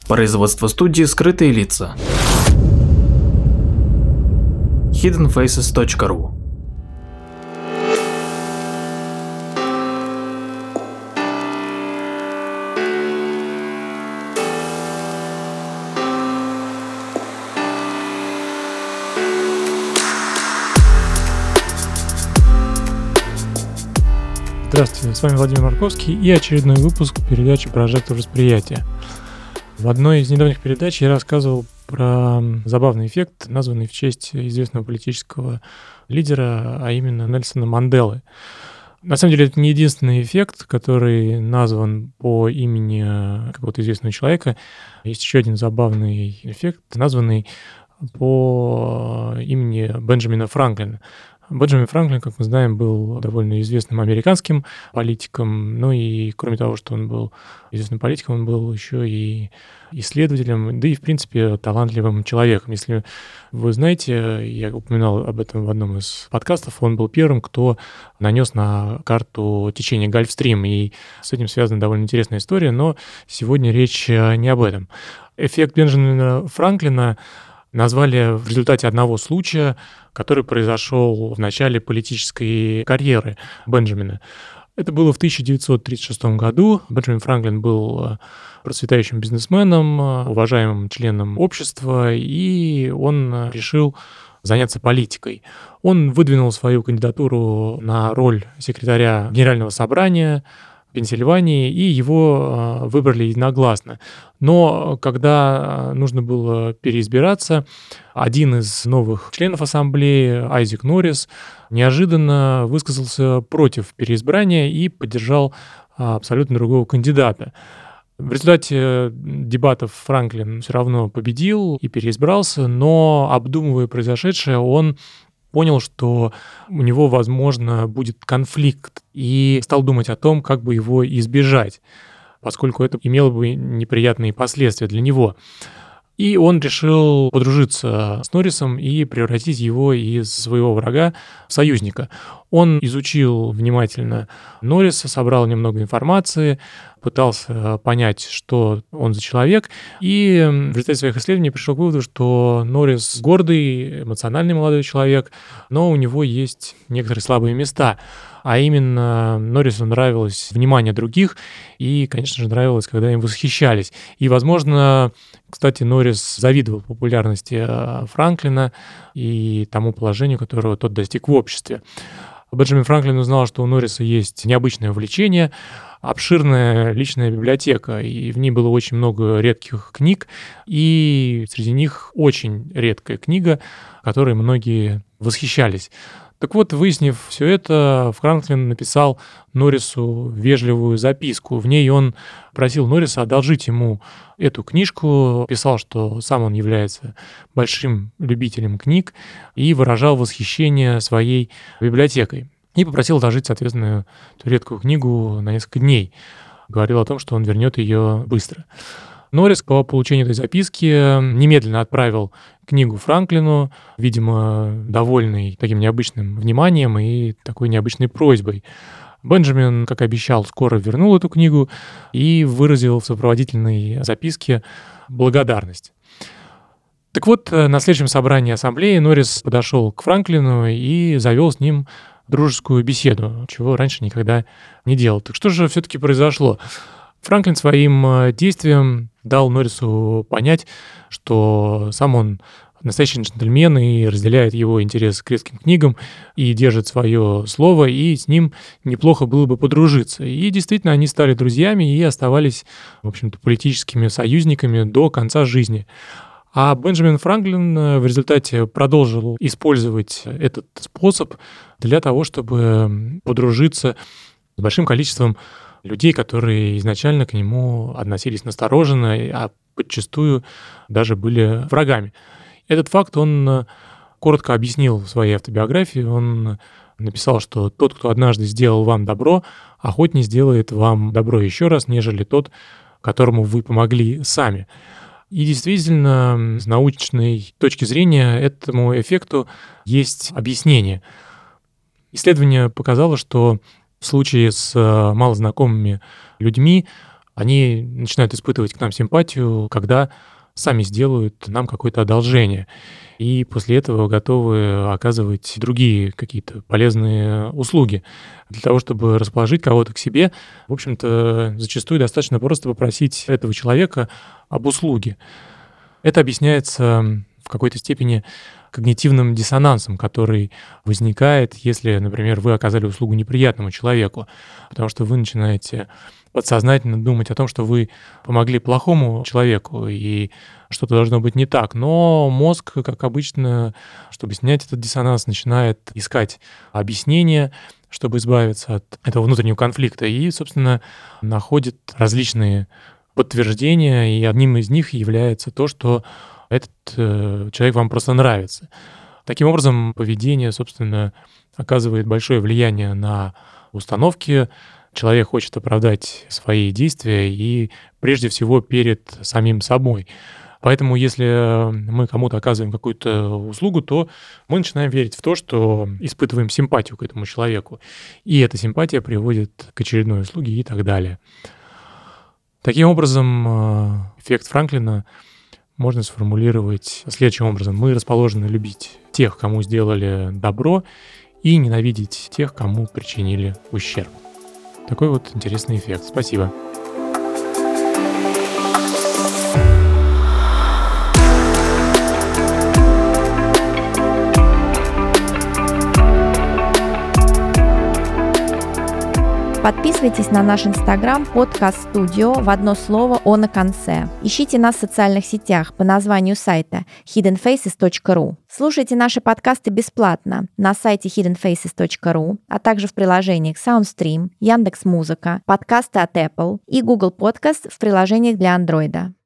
Производство студии «Скрытые лица». hiddenfaces.ru. Здравствуйте, с вами Владимир Марковский и очередной выпуск передачи «Прожектор восприятия». В одной из недавних передач я рассказывал про забавный эффект, названный в честь известного политического лидера, а именно Нельсона Манделы. На самом деле это не единственный эффект, который назван по имени какого-то известного человека. Есть еще один забавный эффект, названный по имени Бенджамина Франклина. Бенджамин Франклин, как мы знаем, был довольно известным американским политиком, ну и кроме того, что он был известным политиком, он был еще и исследователем, да и, в принципе, талантливым человеком. Если вы знаете, я упоминал об этом в одном из подкастов, он был первым, кто нанес на карту течение Гольфстрим, и с этим связана довольно интересная история, но сегодня речь не об этом. Эффект Бенджамина Франклина назвали в результате одного случая, который произошел в начале политической карьеры Бенджамина. Это было в 1936 году. Бенджамин Франклин был процветающим бизнесменом, уважаемым членом общества, и он решил заняться политикой. Он выдвинул свою кандидатуру на роль секретаря Генерального собрания Пенсильвании, и его выбрали единогласно. Но когда нужно было переизбираться, один из новых членов ассамблеи, Айзек Норрис, неожиданно высказался против переизбрания и поддержал абсолютно другого кандидата. В результате дебатов Франклин все равно победил и переизбрался, но, обдумывая произошедшее, он понял, что у него, возможно, будет конфликт, и стал думать о том, как бы его избежать, поскольку это имело бы неприятные последствия для него. И он решил подружиться с Норрисом и превратить его из своего врага в союзника. Он изучил внимательно Норриса, собрал немного информации, пытался понять, что он за человек, и в результате своих исследований пришел к выводу, что Норрис гордый, эмоциональный молодой человек, но у него есть некоторые слабые места. А именно, Норрису нравилось внимание других, и, конечно же, нравилось, когда им восхищались. И, возможно, кстати, Норрис завидовал популярности Франклина и тому положению, которого тот достиг в обществе. Бенджамин Франклин узнал, что у Норриса есть необычное увлечение, обширная личная библиотека, и в ней было очень много редких книг, и среди них очень редкая книга, которой многие восхищались. Так вот, выяснив все это, Франклин написал Норрису вежливую записку. В ней он просил Норриса одолжить ему эту книжку, писал, что сам он является большим любителем книг и выражал восхищение своей библиотекой. И попросил одолжить, соответственно, эту редкую книгу на несколько дней. Говорил о том, что он вернет ее быстро. Норрис по получению этой записки немедленно отправил книгу Франклину, видимо, довольный таким необычным вниманием и такой необычной просьбой. Бенджамин, как и обещал, скоро вернул эту книгу и выразил в сопроводительной записке благодарность. Так вот, на следующем собрании ассамблеи Норрис подошел к Франклину и завел с ним дружескую беседу, чего раньше никогда не делал. Так что же все-таки произошло? Франклин своим действием дал Норрису понять, что сам он настоящий джентльмен и разделяет его интерес к редким книгам и держит свое слово, и с ним неплохо было бы подружиться. И действительно, они стали друзьями и оставались, в общем-то, политическими союзниками до конца жизни. А Бенджамин Франклин в результате продолжил использовать этот способ для того, чтобы подружиться с большим количеством людей, которые изначально к нему относились настороженно, а подчастую даже были врагами. Этот факт он коротко объяснил в своей автобиографии. Он написал, что тот, кто однажды сделал вам добро, охотнее сделает вам добро еще раз, нежели тот, которому вы помогли сами. И действительно, с научной точки зрения этому эффекту есть объяснение. Исследование показало, что в случае с малознакомыми людьми они начинают испытывать к нам симпатию, когда сами сделают нам какое-то одолжение. И после этого готовы оказывать другие какие-то полезные услуги. Для того, чтобы расположить кого-то к себе, в общем-то, зачастую достаточно просто попросить этого человека об услуге. Это объясняется в какой-то степени когнитивным диссонансом, который возникает, если, например, вы оказали услугу неприятному человеку, потому что вы начинаете подсознательно думать о том, что вы помогли плохому человеку, и что-то должно быть не так. Но мозг, как обычно, чтобы снять этот диссонанс, начинает искать объяснения, чтобы избавиться от этого внутреннего конфликта, и, собственно, находит различные подтверждения, и одним из них является то, что этот человек вам просто нравится. Таким образом, поведение, собственно, оказывает большое влияние на установки. Человек хочет оправдать свои действия и прежде всего перед самим собой. Поэтому, если мы кому-то оказываем какую-то услугу, то мы начинаем верить в то, что испытываем симпатию к этому человеку. И эта симпатия приводит к очередной услуге и так далее. Таким образом, эффект Франклина можно сформулировать следующим образом. Мы расположены любить тех, кому сделали добро, и ненавидеть тех, кому причинили ущерб. Такой вот интересный эффект. Спасибо. Подписывайтесь на наш инстаграм «Подкаст Студио» в одно слово «О» на конце. Ищите нас в социальных сетях по названию сайта hiddenfaces.ru. Слушайте наши подкасты бесплатно на сайте hiddenfaces.ru, а также в приложениях SoundStream, Яндекс.Музыка, подкасты от Apple и Google Podcast в приложениях для Android.